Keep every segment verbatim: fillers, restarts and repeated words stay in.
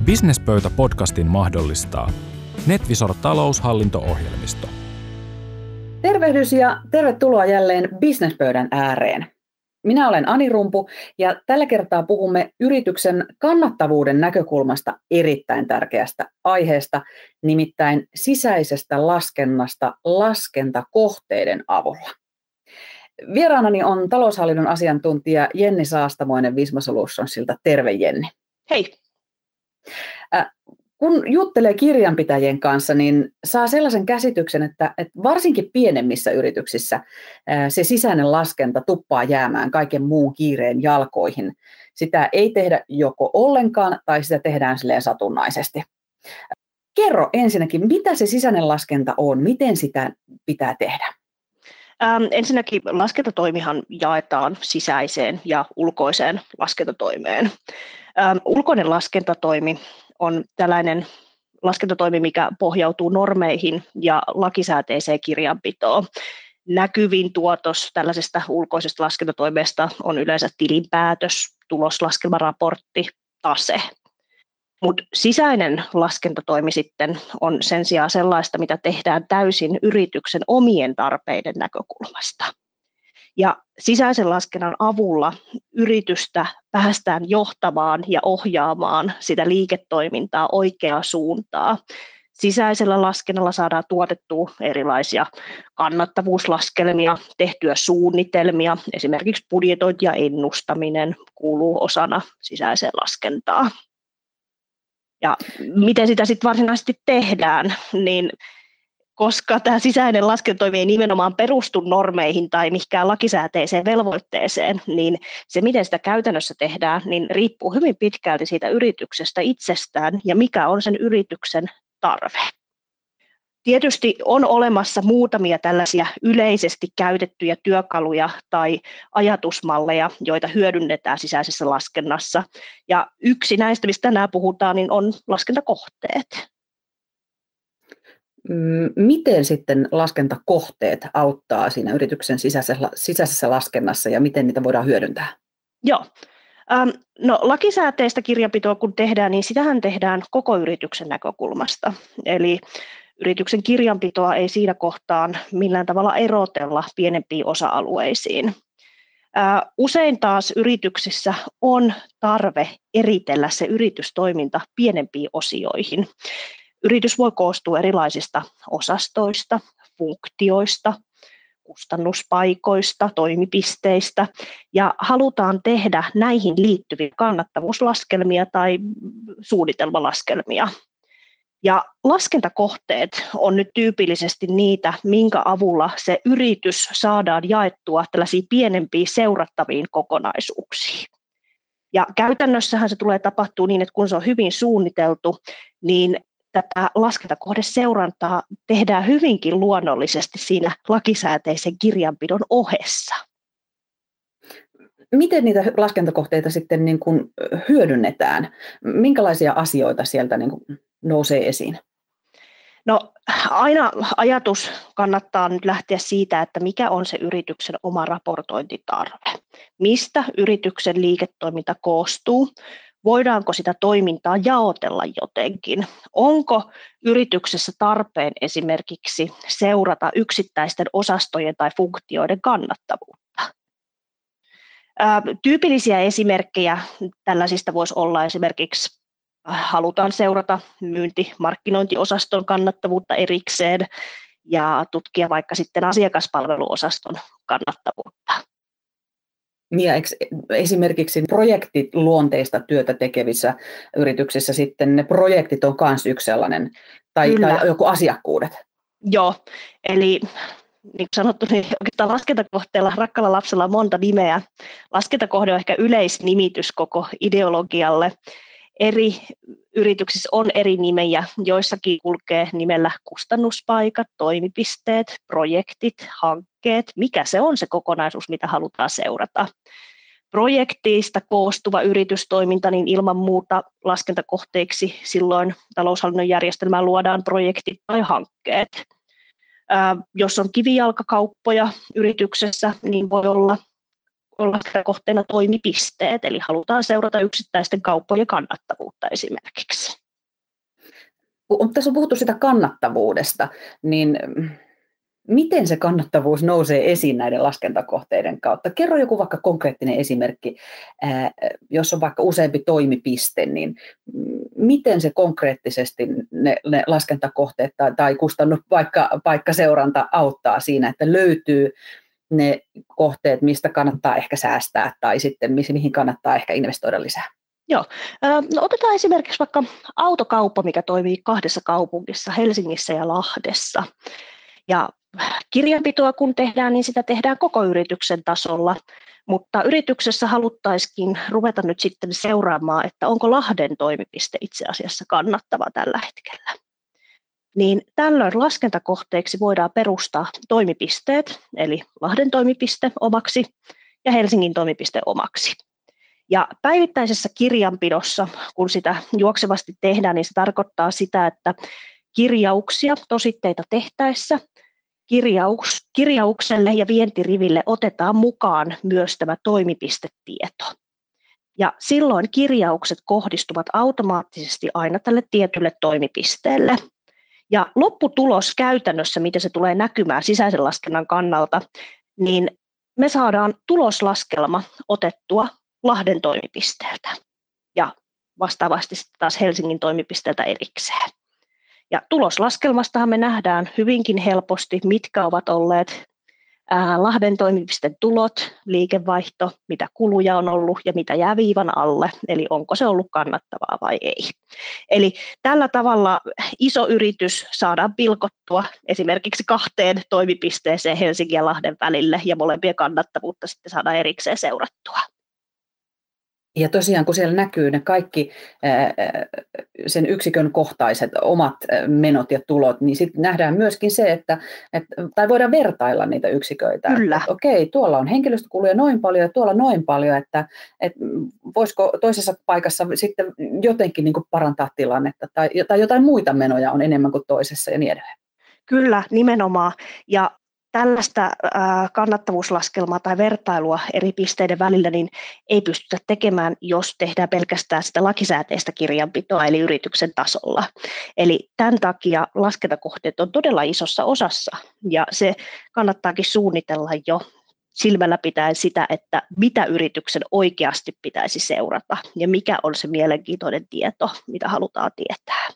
Businesspöytä-podcastin mahdollistaa NetVisor taloushallinto-ohjelmisto. Tervehdys ja tervetuloa jälleen Businesspöydän ääreen. Minä olen Ani Rumpu ja tällä kertaa puhumme yrityksen kannattavuuden näkökulmasta erittäin tärkeästä aiheesta, nimittäin sisäisestä laskennasta laskentakohteiden avulla. Vieraanani on taloushallinnon asiantuntija Jenni Saastamoinen Visma Solutionsilta. Terve Jenni. Hei. Äh, kun juttelee kirjanpitäjien kanssa, niin saa sellaisen käsityksen, että, että varsinkin pienemmissä yrityksissä äh, se sisäinen laskenta tuppaa jäämään kaiken muun kiireen jalkoihin. Sitä ei tehdä joko ollenkaan tai sitä tehdään silleen satunnaisesti. Kerro ensinnäkin, mitä se sisäinen laskenta on, miten sitä pitää tehdä? Ähm, ensinnäkin laskentatoimihan jaetaan sisäiseen ja ulkoiseen laskentatoimeen. Ähm, ulkoinen laskentatoimi on tällainen laskentatoimi, mikä pohjautuu normeihin ja lakisääteiseen kirjanpitoon. Näkyvin tuotos tällaisesta ulkoisesta laskentatoimesta on yleensä tilinpäätös, tuloslaskelmaraportti, tase. Mutta sisäinen laskentatoimi sitten on sen sijaan sellaista, mitä tehdään täysin yrityksen omien tarpeiden näkökulmasta. Ja sisäisen laskennan avulla yritystä päästään johtamaan ja ohjaamaan sitä liiketoimintaa oikeaan suuntaan. Sisäisellä laskennalla saadaan tuotettua erilaisia kannattavuuslaskelmia, tehtyä suunnitelmia, esimerkiksi budjetointi ja ennustaminen kuuluu osana sisäiseen laskentaan. Ja miten sitä sitten varsinaisesti tehdään, niin koska tämä sisäinen laskentatoimi ei nimenomaan perustu normeihin tai mihinkään lakisääteiseen velvoitteeseen, niin se miten sitä käytännössä tehdään, niin riippuu hyvin pitkälti siitä yrityksestä itsestään ja mikä on sen yrityksen tarve. Tietysti on olemassa muutamia tällaisia yleisesti käytettyjä työkaluja tai ajatusmalleja, joita hyödynnetään sisäisessä laskennassa. Ja yksi näistä, mistä tänään puhutaan, niin on laskentakohteet. Miten sitten laskentakohteet auttaa siinä yrityksen sisäisessä, sisäisessä laskennassa ja miten niitä voidaan hyödyntää? Joo. No, lakisääteistä kirjanpitoa kun tehdään, niin sitähän tehdään koko yrityksen näkökulmasta. Eli yrityksen kirjanpitoa ei siinä kohtaan millään tavalla erotella pienempiin osa-alueisiin. Usein taas yrityksissä on tarve eritellä se yritystoiminta pienempiin osioihin. Yritys voi koostua erilaisista osastoista, funktioista, kustannuspaikoista, toimipisteistä ja halutaan tehdä näihin liittyviä kannattavuuslaskelmia tai suunnitelmalaskelmia. Ja laskentakohteet on nyt tyypillisesti niitä, minkä avulla se yritys saadaan jaettua tällaisiin pienempiin seurattaviin kokonaisuuksiin. Ja käytännössähän se tulee tapahtua niin, että kun se on hyvin suunniteltu, niin tätä laskentakohdeseurantaa tehdään hyvinkin luonnollisesti siinä lakisääteisen kirjanpidon ohessa. Miten niitä laskentakohteita sitten niin kuin hyödynnetään? Minkälaisia asioita sieltä niin kuin nousee esiin? No, aina ajatus kannattaa nyt lähteä siitä, että mikä on se yrityksen oma raportointitarve. Mistä yrityksen liiketoiminta koostuu? Voidaanko sitä toimintaa jaotella jotenkin? Onko yrityksessä tarpeen esimerkiksi seurata yksittäisten osastojen tai funktioiden kannattavuutta? Ää, tyypillisiä esimerkkejä tällaisista voisi olla esimerkiksi halutaan seurata myynti-markkinointiosaston kannattavuutta erikseen ja tutkia vaikka sitten asiakaspalveluosaston kannattavuutta. Ja esimerkiksi projektiluonteista työtä tekevissä yrityksissä sitten ne projektit on myös yksi sellainen, tai, tai joku asiakkuudet. Joo, eli niin kuin sanottu, niin oikeastaan laskentakohteella rakkalla lapsella on monta nimeä. Laskentakohde on ehkä yleisnimitys koko ideologialle. Eri yrityksissä on eri nimejä, joissakin kulkee nimellä kustannuspaikat, toimipisteet, projektit, hankkeet. Mikä se on se kokonaisuus, mitä halutaan seurata? Projektista koostuva yritystoiminta, niin ilman muuta laskentakohteiksi silloin taloushallinnon järjestelmään luodaan projektit tai hankkeet. Ää, jos on kivijalkakauppoja yrityksessä, niin voi olla laskentakohteena toimipisteet, eli halutaan seurata yksittäisten kauppojen kannattavuutta esimerkiksi. Kun tässä on puhuttu sitä kannattavuudesta, niin miten se kannattavuus nousee esiin näiden laskentakohteiden kautta? Kerro joku vaikka konkreettinen esimerkki, jos on vaikka useampi toimipiste, niin miten se konkreettisesti ne, ne laskentakohteet tai, tai kustannus paikka, paikkaseuranta auttaa siinä, että löytyy ne kohteet, mistä kannattaa ehkä säästää tai sitten mihin kannattaa ehkä investoida lisää? Joo. No, otetaan esimerkiksi vaikka autokauppa, mikä toimii kahdessa kaupungissa, Helsingissä ja Lahdessa. Ja kirjanpitoa kun tehdään, niin sitä tehdään koko yrityksen tasolla, mutta yrityksessä haluttaisiin ruveta nyt sitten seuraamaan, että onko Lahden toimipiste itse asiassa kannattava tällä hetkellä. Niin tällöin laskentakohteeksi voidaan perustaa toimipisteet, eli Lahden toimipiste omaksi ja Helsingin toimipiste omaksi. Ja päivittäisessä kirjanpidossa, kun sitä juoksevasti tehdään, niin se tarkoittaa sitä, että kirjauksia tositteita tehtäessä kirjaus, kirjaukselle ja vientiriville otetaan mukaan myös tämä toimipistetieto. Ja silloin kirjaukset kohdistuvat automaattisesti aina tälle tietylle toimipisteelle. Ja lopputulos käytännössä, miten se tulee näkymään sisäisen laskennan kannalta, niin me saadaan tuloslaskelma otettua Lahden toimipisteeltä ja vastaavasti taas Helsingin toimipisteeltä erikseen. Ja tuloslaskelmastahan me nähdään hyvinkin helposti, mitkä ovat olleet ää, Lahden toimipisteen tulot, liikevaihto, mitä kuluja on ollut ja mitä jää viivan alle, eli onko se ollut kannattavaa vai ei. Eli tällä tavalla iso yritys saadaan pilkottua esimerkiksi kahteen toimipisteeseen Helsingin ja Lahden välille ja molempien kannattavuutta sitten saadaan erikseen seurattua. Ja tosiaan, kun siellä näkyy ne kaikki sen yksikön kohtaiset omat menot ja tulot, niin sitten nähdään myöskin se, että, että tai voidaan vertailla niitä yksiköitä. Kyllä. Että, okei, tuolla on henkilöstökuluja noin paljon ja tuolla noin paljon, että, että voisiko toisessa paikassa sitten jotenkin niin kuin parantaa tilannetta tai, tai jotain muita menoja on enemmän kuin toisessa ja niin edelleen. Kyllä, nimenomaan. Ja tällaista kannattavuuslaskelmaa tai vertailua eri pisteiden välillä niin ei pystytä tekemään, jos tehdään pelkästään sitä lakisääteistä kirjanpitoa, eli yrityksen tasolla. Eli tämän takia laskentakohteet on todella isossa osassa, ja se kannattaakin suunnitella jo silmällä pitäen sitä, että mitä yrityksen oikeasti pitäisi seurata, ja mikä on se mielenkiintoinen tieto, mitä halutaan tietää.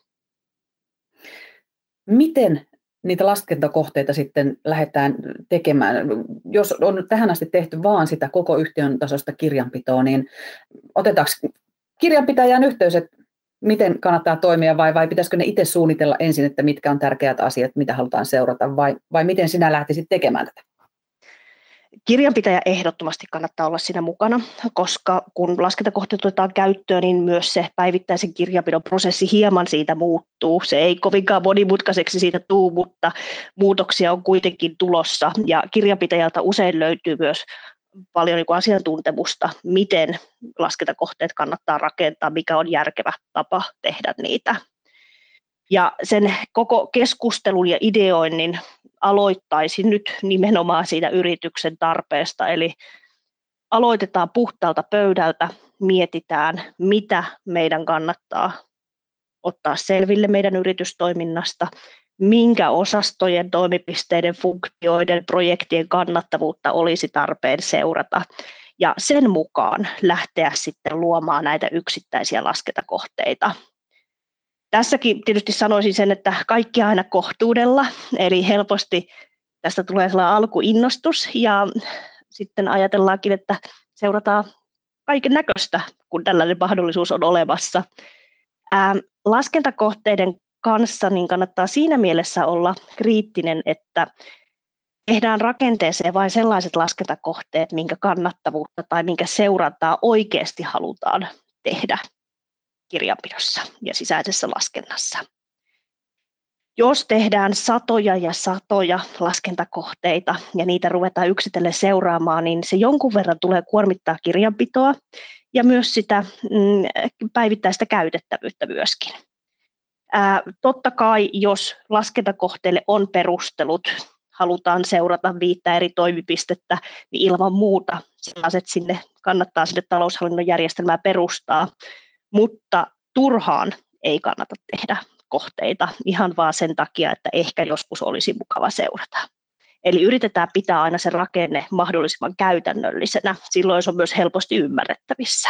Miten niitä laskentakohteita sitten lähdetään tekemään? Jos on tähän asti tehty vaan sitä koko yhtiön tasoista kirjanpitoa, niin otetaanko kirjanpitäjän yhteys, että miten kannattaa toimia vai, vai pitäisikö ne itse suunnitella ensin, että mitkä on tärkeät asiat, mitä halutaan seurata vai, vai miten sinä lähtisit tekemään tätä? Kirjanpitäjä ehdottomasti kannattaa olla siinä mukana, koska kun laskentakohteet otetaan käyttöön, niin myös se päivittäisen kirjanpidon prosessi hieman siitä muuttuu. Se ei kovinkaan monimutkaiseksi siitä tule, mutta muutoksia on kuitenkin tulossa. Ja kirjanpitäjältä usein löytyy myös paljon niin kuin asiantuntemusta, miten laskentakohteet kannattaa rakentaa, mikä on järkevä tapa tehdä niitä. Ja sen koko keskustelun ja ideoinnin aloittaisin nyt nimenomaan siitä yrityksen tarpeesta, eli aloitetaan puhtaalta pöydältä, mietitään, mitä meidän kannattaa ottaa selville meidän yritystoiminnasta, minkä osastojen, toimipisteiden, funktioiden, projektien kannattavuutta olisi tarpeen seurata, ja sen mukaan lähteä sitten luomaan näitä yksittäisiä laskentakohteita. Tässäkin tietysti sanoisin sen, että kaikki aina kohtuudella, eli helposti tästä tulee sellainen alkuinnostus ja sitten ajatellaankin, että seurataan kaiken näköistä, kun tällainen mahdollisuus on olemassa. Ää, laskentakohteiden kanssa niin kannattaa siinä mielessä olla kriittinen, että tehdään rakenteeseen vain sellaiset laskentakohteet, minkä kannattavuutta tai minkä seurantaa oikeasti halutaan tehdä kirjanpidossa ja sisäisessä laskennassa. Jos tehdään satoja ja satoja laskentakohteita ja niitä ruvetaan yksitellen seuraamaan, niin se jonkun verran tulee kuormittaa kirjanpitoa ja myös sitä mm, päivittäistä käytettävyyttä myöskin. Ää, totta kai, jos laskentakohteille on perustelut, halutaan seurata viittä eri toimipistettä, niin ilman muuta sellaiset sinne kannattaa sinne taloushallinnon järjestelmää perustaa, mutta turhaan ei kannata tehdä kohteita ihan vaan sen takia, että ehkä joskus olisi mukava seurata. Eli yritetään pitää aina se rakenne mahdollisimman käytännöllisenä, silloin se on myös helposti ymmärrettävissä.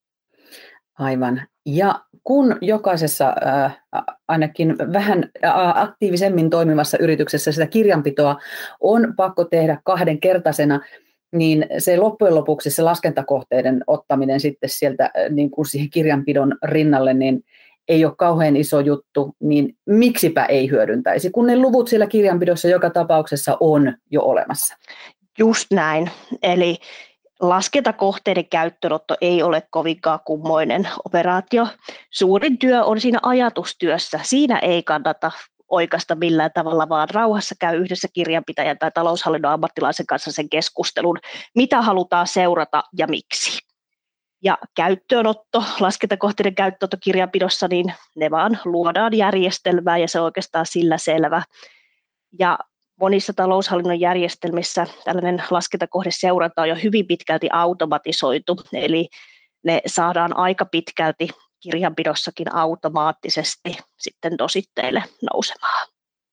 Aivan. Ja kun jokaisessa äh, ainakin vähän aktiivisemmin toimivassa yrityksessä sitä kirjanpitoa on pakko tehdä kahdenkertaisena, niin se loppujen lopuksi se laskentakohteiden ottaminen sitten sieltä niin kuin siihen kirjanpidon rinnalle, niin ei ole kauhean iso juttu, niin miksipä ei hyödyntäisi, kun ne luvut siellä kirjanpidossa joka tapauksessa on jo olemassa. Just näin. Eli laskentakohteiden käyttöönotto ei ole kovinkaan kummoinen operaatio. Suurin työ on siinä ajatustyössä. Siinä ei kannata oikaista millään tavalla, vaan rauhassa käy yhdessä kirjanpitäjän tai taloushallinnon ammattilaisen kanssa sen keskustelun, mitä halutaan seurata ja miksi. Ja käyttöönotto, laskentakohteiden käyttöönotto kirjanpidossa, niin ne vaan luodaan järjestelmään ja se on oikeastaan sillä selvä. Ja monissa taloushallinnon järjestelmissä tällainen laskentakohdeseuranta on jo hyvin pitkälti automatisoitu, eli ne saadaan aika pitkälti kirjanpidossakin automaattisesti sitten tositteille nousemaan.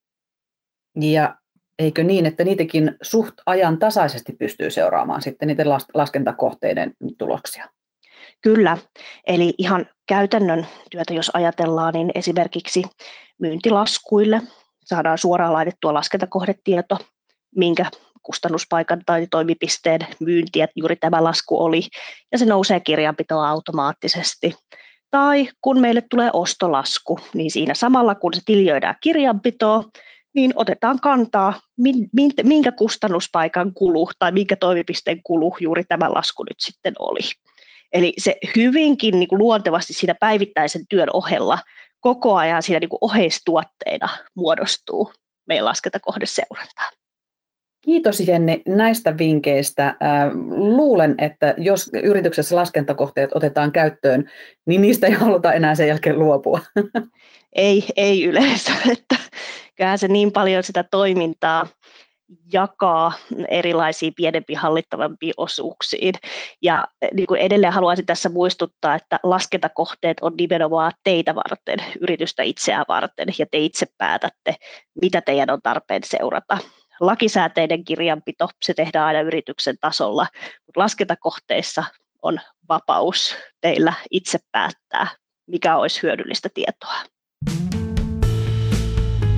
Ja eikö niin, että niitäkin suht ajan tasaisesti pystyy seuraamaan sitten niiden laskentakohteiden tuloksia? Kyllä, eli ihan käytännön työtä jos ajatellaan, niin esimerkiksi myyntilaskuille saadaan suoraan laitettua laskentakohdetieto, minkä kustannuspaikan tai toimipisteen myyntiä juuri tämä lasku oli, ja se nousee kirjanpitoon automaattisesti. Tai kun meille tulee ostolasku, niin siinä samalla kun se tiljoidaan kirjanpitoon, niin otetaan kantaa, minkä kustannuspaikan kulu tai minkä toimipisteen kulu juuri tämä lasku nyt sitten oli. Eli se hyvinkin niin kuin luontevasti siinä päivittäisen työn ohella koko ajan siinä niin kuin oheistuotteina muodostuu meidän laskentakohdeseurantaan. Kiitos Jenni näistä vinkkeistä. Luulen, että jos yrityksessä laskentakohteet otetaan käyttöön, niin niistä ei haluta enää sen jälkeen luopua. Ei, ei yleensä. Että kyllähän se niin paljon sitä toimintaa jakaa erilaisiin pienempiin hallittavampiin osuuksiin. Ja niin kuin edelleen haluaisin tässä muistuttaa, että laskentakohteet on nimenomaan teitä varten, yritystä itseään varten, ja te itse päätätte, mitä teidän on tarpeen seurata. Lakisääteinen kirjanpito, se tehdään aina yrityksen tasolla, mutta laskentakohteissa on vapaus teillä itse päättää, mikä olisi hyödyllistä tietoa.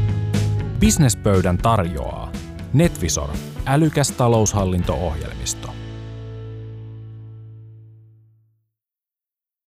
Businesspöydän tarjoaa NetVisor, älykäs taloushallinto-ohjelmisto.